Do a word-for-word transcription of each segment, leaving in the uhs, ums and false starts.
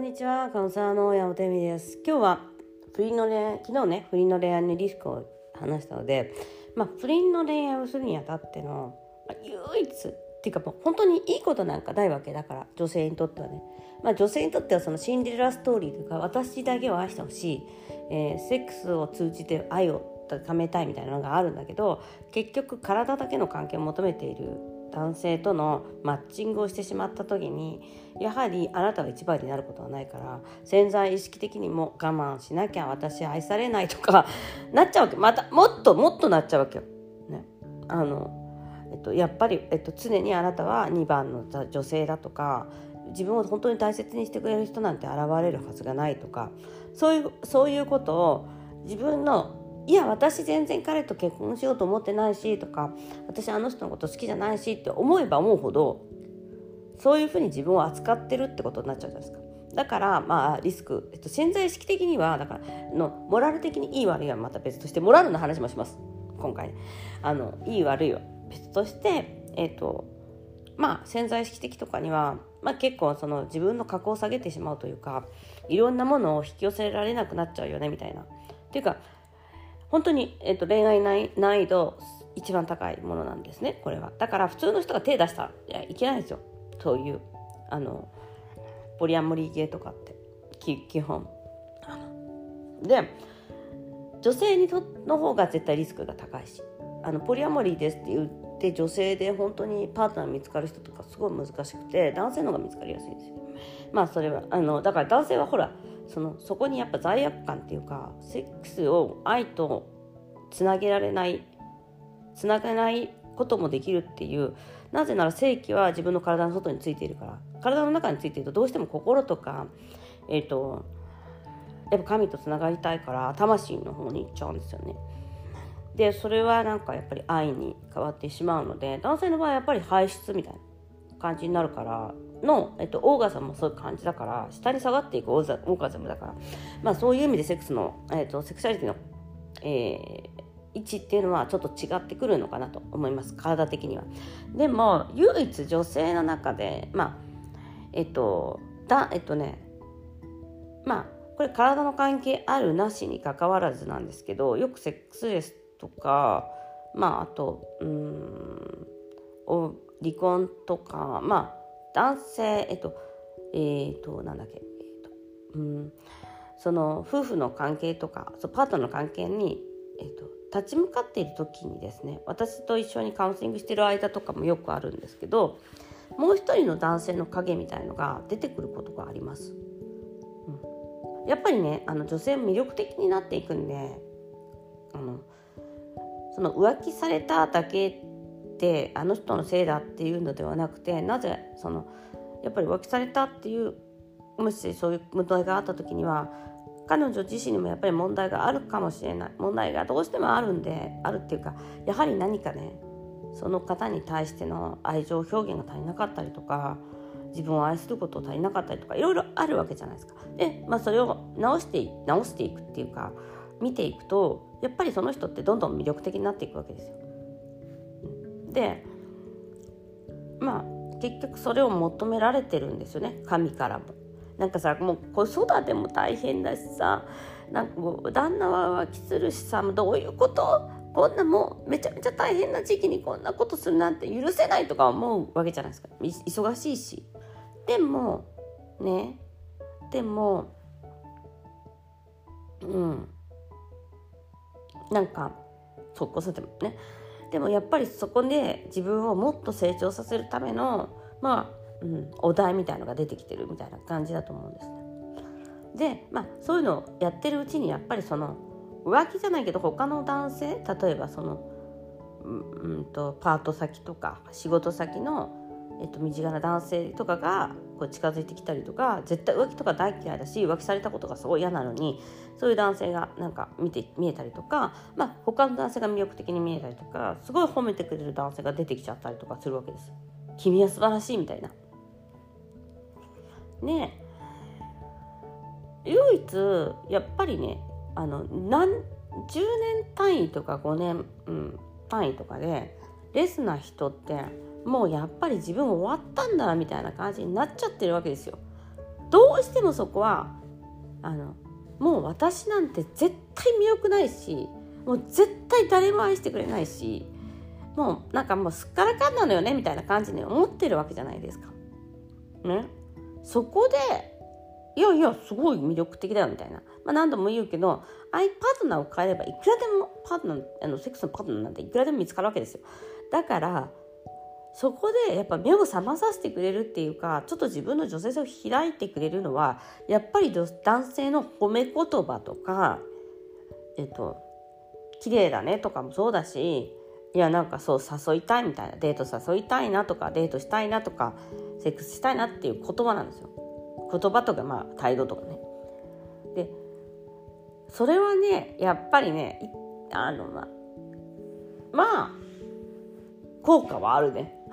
んにちは、カウンセラーの山本恵美です。今日は不倫の恋愛、昨日ね不倫の恋愛のリスクを話したので、まあ、不倫の恋愛をするにあたっての、まあ、唯一っていうかもう本当にいいことなんかないわけだから、女性にとってはね、まあ、女性にとってはそのシンデレラストーリーというか、私だけを愛してほしい、えー、セックスを通じて愛を高めたいみたいなのがあるんだけど、結局体だけの関係を求めている男性とのマッチングをしてしまった時に、やはりあなたが一番になることはないから、潜在意識的にも我慢しなきゃ私愛されないとかなっちゃうわけ。またもっともっとなっちゃうわけよ、ね、あの、えっと、やっぱり、えっと、常にあなたはにばんの女性だとか、自分を本当に大切にしてくれる人なんて現れるはずがないとか、そういう、そういうことを自分のいや私全然彼と結婚しようと思ってないしとか、私あの人のこと好きじゃないしって思えば思うほど、そういうふうに自分を扱ってるってことになっちゃうじゃないですか。だからまあリスク、えっと、潜在意識的にはだからのモラル的にいい悪いはまた別として、モラルの話もします今回。あのいい悪いは別として、えっとまあ潜在意識的とかには、まあ、結構その自分の格を下げてしまうというか、いろんなものを引き寄せられなくなっちゃうよねみたいな。っていうか本当に、えっと、恋愛難易度一番高いものなんですね、これは。だから普通の人が手出したらいけないんですよ、そういうあのポリアモリー系とかって基本で、女性にとの方が絶対リスクが高いし、あのポリアモリーですって言って女性で本当にパートナー見つかる人とかすごい難しくて、男性の方が見つかりやすいんですよ。まあそれはあのだから男性はほらそのそこにやっぱ罪悪感っていうか、セックスを愛とつなげられないつなげないこともできるっていう、なぜなら性器は自分の体の外についているから、体の中についているとどうしても心とか、えっとやっぱ神とつながりたいから魂の方に行っちゃうんですよね。でそれはなんかやっぱり愛に変わってしまうので、男性の場合はやっぱり排出みたいな感じになるからの、えっと、オーガズムもそういう感じだから、下に下がっていくオーガズムだから、まあ、そういう意味でセックスの、えっと、セクシャリティの、えー、位置っていうのはちょっと違ってくるのかなと思います、体的には。でも唯一女性の中でまあえっとだえっとねまあこれ体の関係あるなしに関わらずなんですけど、よくセックスレスとか、まああとうーんお離婚とか、まあ男性えっとえー、っとなんだっけ、えー、っとうんその夫婦の関係とか、そのパートナーの関係に、えー、っと立ち向かっている時にですね、私と一緒にカウンセリングしている間とかもよくあるんですけど、もう一人の男性の影みたいのが出てくることがあります。うん、やっぱりね、あの女性も魅力的になっていくんで、あのその浮気されただけであの人のせいだっていうのではなくて、なぜそのやっぱり浮気されたっていう、もしそういう問題があった時には、彼女自身にもやっぱり問題があるかもしれない、問題がどうしてもあるんで、あるっていうか、やはり何かね、その方に対しての愛情表現が足りなかったりとか、自分を愛することを足りなかったりとか、いろいろあるわけじゃないですか。で、まあ、それを直して直していくっていうか、見ていくとやっぱりその人ってどんどん魅力的になっていくわけですよ。でまあ結局それを求められてるんですよね、神からも。なんかさ、もう子育ても大変だしさ、なんかもう旦那は浮気するしさ、どういうこと、こんなもうめちゃめちゃ大変な時期にこんなことするなんて許せないとか思うわけじゃないですか。忙しいし。でもねでもうんなんかそう子育てもね、でもやっぱりそこで自分をもっと成長させるためのまあうん、お題みたいのが出てきてるみたいな感じだと思うんですね。で、まあそういうのをやってるうちにやっぱりその浮気じゃないけど他の男性、例えばその、うんうんとパート先とか仕事先の、えっと、身近な男性とかがこう近づいてきたりとか、絶対浮気とか大嫌いだし浮気されたことがすごい嫌なのに、そういう男性がなんか見て見えたりとか、まあ他の男性が魅力的に見えたりとか、すごい褒めてくれる男性が出てきちゃったりとかするわけです。君は素晴らしいみたいな。ねえ、唯一やっぱりね、あの何じゅうねん単位とかごねん、うん、単位とかでレスな人ってもうやっぱり自分終わったんだなみたいな感じになっちゃってるわけですよ。 どうしてもそこはあのもう私なんて絶対魅力ないし、もう絶対誰も愛してくれないし、もうなんかもうすっからかんなのよねみたいな感じに思ってるわけじゃないですかね。そこでいやいやすごい魅力的だよみたいな、まあ、何度も言うけど、ああいうパートナーを変えればいくらでもパートナーあのセックスのパートナーなんていくらでも見つかるわけですよ。だからそこでやっぱ目を覚まさせてくれるっていうか、ちょっと自分の女性性を開いてくれるのはやっぱり男性の褒め言葉とか、えっと綺麗だねとかもそうだし、いやなんかそう誘いたいみたいな、デート誘いたいなとか、デートしたいなとか、セックスしたいなっていう言葉なんですよ。言葉とかまあ態度とかね。でそれはねやっぱりねあのまあまあ効果はあるね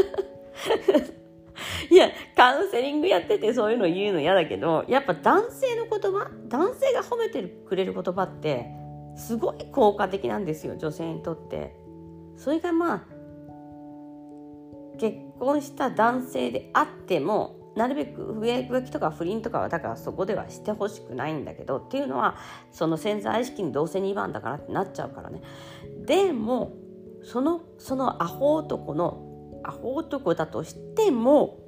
いやカウンセリングやっててそういうの言うの嫌だけど、やっぱ男性の言葉、男性が褒めてくれる言葉ってすごい効果的なんですよ、女性にとって。それがまあ結婚した男性であってもなるべく浮気とか不倫とかはだからそこではしてほしくないんだけど、っていうのはその潜在意識にどうせにばんだからってなっちゃうからね。でもそのそのアホ男のアホ男だとしても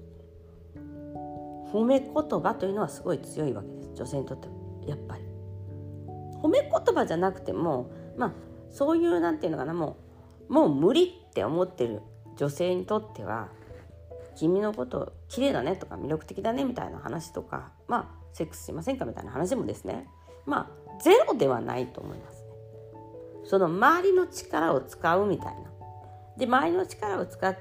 褒め言葉というのはすごい強いわけです、女性にとっては。やっぱり褒め言葉じゃなくてもまあそういうなんていうのかな、もうもう無理って思ってる女性にとっては、君のこと綺麗だねとか魅力的だねみたいな話とか、まあセックスしませんかみたいな話もですね、まあゼロではないと思いますね。その周りの力を使うみたいな。で周りの力を使って、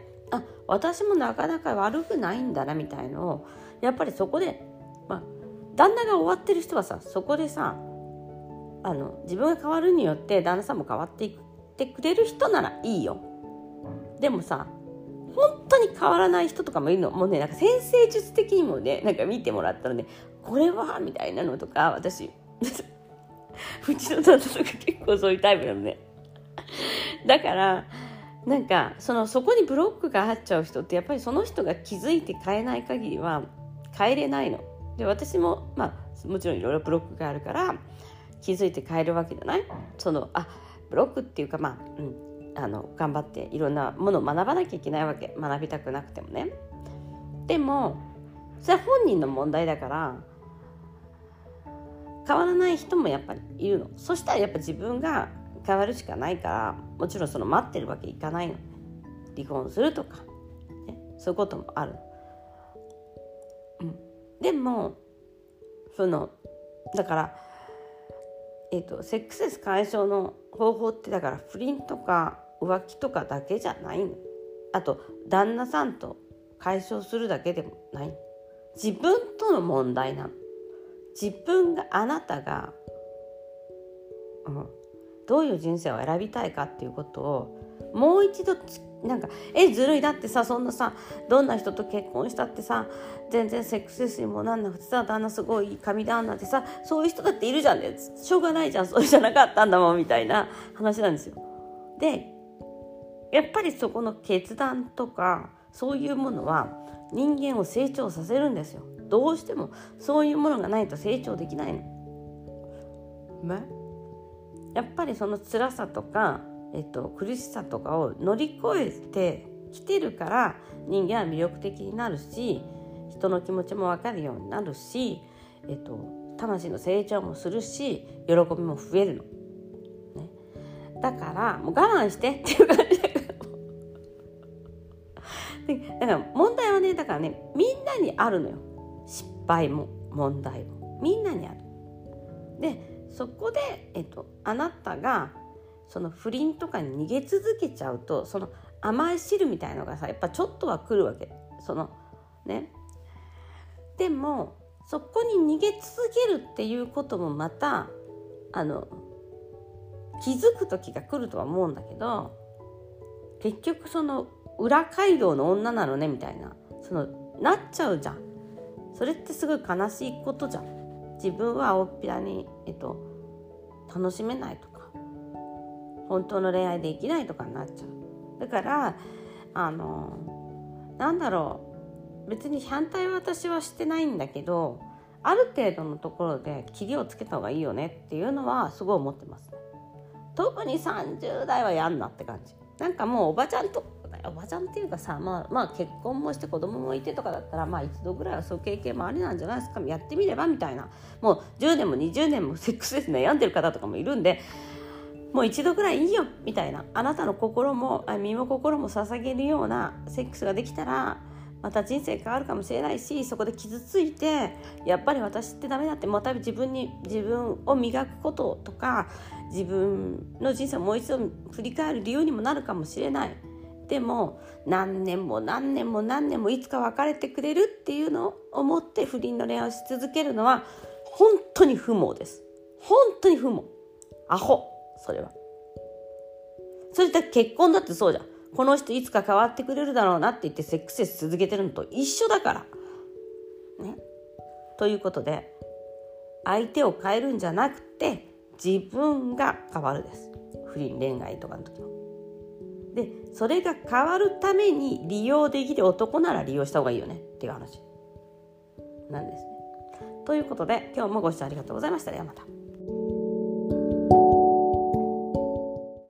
あ、私もなかなか悪くないんだなみたいのをやっぱりそこで、まあ旦那が終わってる人はさ、そこでさ、あの自分が変わるによって旦那さんも変わっていってくれる人ならいいよ。でもさ、本当に変わらない人とかもいるの。もうね、なんか先生術的にもね、なんか見てもらったらね、これはみたいなのとか、私うちの旦那とか結構そういうタイプなのね。だからなんかそのそこにブロックが入っちゃう人って、やっぱりその人が気づいて変えない限りは変えれないので、私もまあもちろんいろいろブロックがあるから気づいて変えるわけじゃない。そのあブロックっていうか、まあ、うん、あの頑張っていろんなものを学ばなきゃいけないわけ、学びたくなくてもね。でもそれは本人の問題だから変わらない人もやっぱりいるの。そしたらやっぱ自分が変わるしかないから、もちろんその待ってるわけいかないの。離婚するとか、ね、そういうこともある、うん、でもそのだからえーと、セックスレス解消の方法ってだから不倫とか浮気とかだけじゃないの。あと旦那さんと解消するだけでもない。自分との問題なの。自分があなたが、うん、どういう人生を選びたいかっていうことをもう一度なんかえずるい、だってさ、そんなさどんな人と結婚したってさ全然セックスレスにもなんなくてさ、旦那すごい神旦那でさ、そういう人だっているじゃんね、しょうがないじゃん、そうじゃなかったんだもんみたいな話なんですよ。でやっぱりそこの決断とかそういうものは人間を成長させるんですよ。どうしてもそういうものがないと成長できないの、ね、やっぱりその辛さとかえっと、苦しさとかを乗り越えてきてるから人間は魅力的になるし、人の気持ちも分かるようになるし、えっと、魂の成長もするし喜びも増えるの、ね、だからもう我慢してっていう感じだからだから問題はね、だからねみんなにあるのよ。失敗も問題もみんなにある。でそこで、えっと、あなたがその不倫とかに逃げ続けちゃうと、その甘い汁みたいのがさやっぱちょっとは来るわけ。そのね、でもそこに逃げ続けるっていうこともまたあの気づく時が来るとは思うんだけど、結局その裏街道の女なのねみたいな、そのなっちゃうじゃん。それってすごい悲しいことじゃん。自分は大っぴらに、えっと、楽しめないとか本当の恋愛できないとかになっちゃう。だからあのなんだろ別に反対は私はしてないんだけど、ある程度のところで切りをつけた方がいいよねっていうのはすごい思ってますね。特にさんじゅう代はやんなって感じ。なんかもうおばちゃんとおばちゃんっていうかさ、まあ、まあ結婚もして子供もいてとかだったら、まあ一度ぐらいはそういう経験もありなんじゃないですか、やってみればみたいな。もうじゅうねんもにじゅうねんもセックスレス悩んでる方とかもいるんで、もう一度ぐらいいいよみたいな、あなたの心も身も心も捧げるようなセックスができたらまた人生変わるかもしれないし、そこで傷ついてやっぱり私ってダメだって、また自分に自分を磨くこととか、自分の人生をもう一度振り返る理由にもなるかもしれない。でも何年も何年も何年もいつか別れてくれるっていうのを思って不倫の恋愛をし続けるのは本当に不毛です。本当に不毛、アホ。それはそれって結婚だってそうじゃん。この人いつか変わってくれるだろうなって言ってセックスレス続けてるのと一緒だからね。ということで、相手を変えるんじゃなくて自分が変わるです。不倫恋愛とかの時も。でそれが変わるために利用できる男なら利用した方がいいよねっていう話なんですね。ということで、今日もご視聴ありがとうございました。ではまた。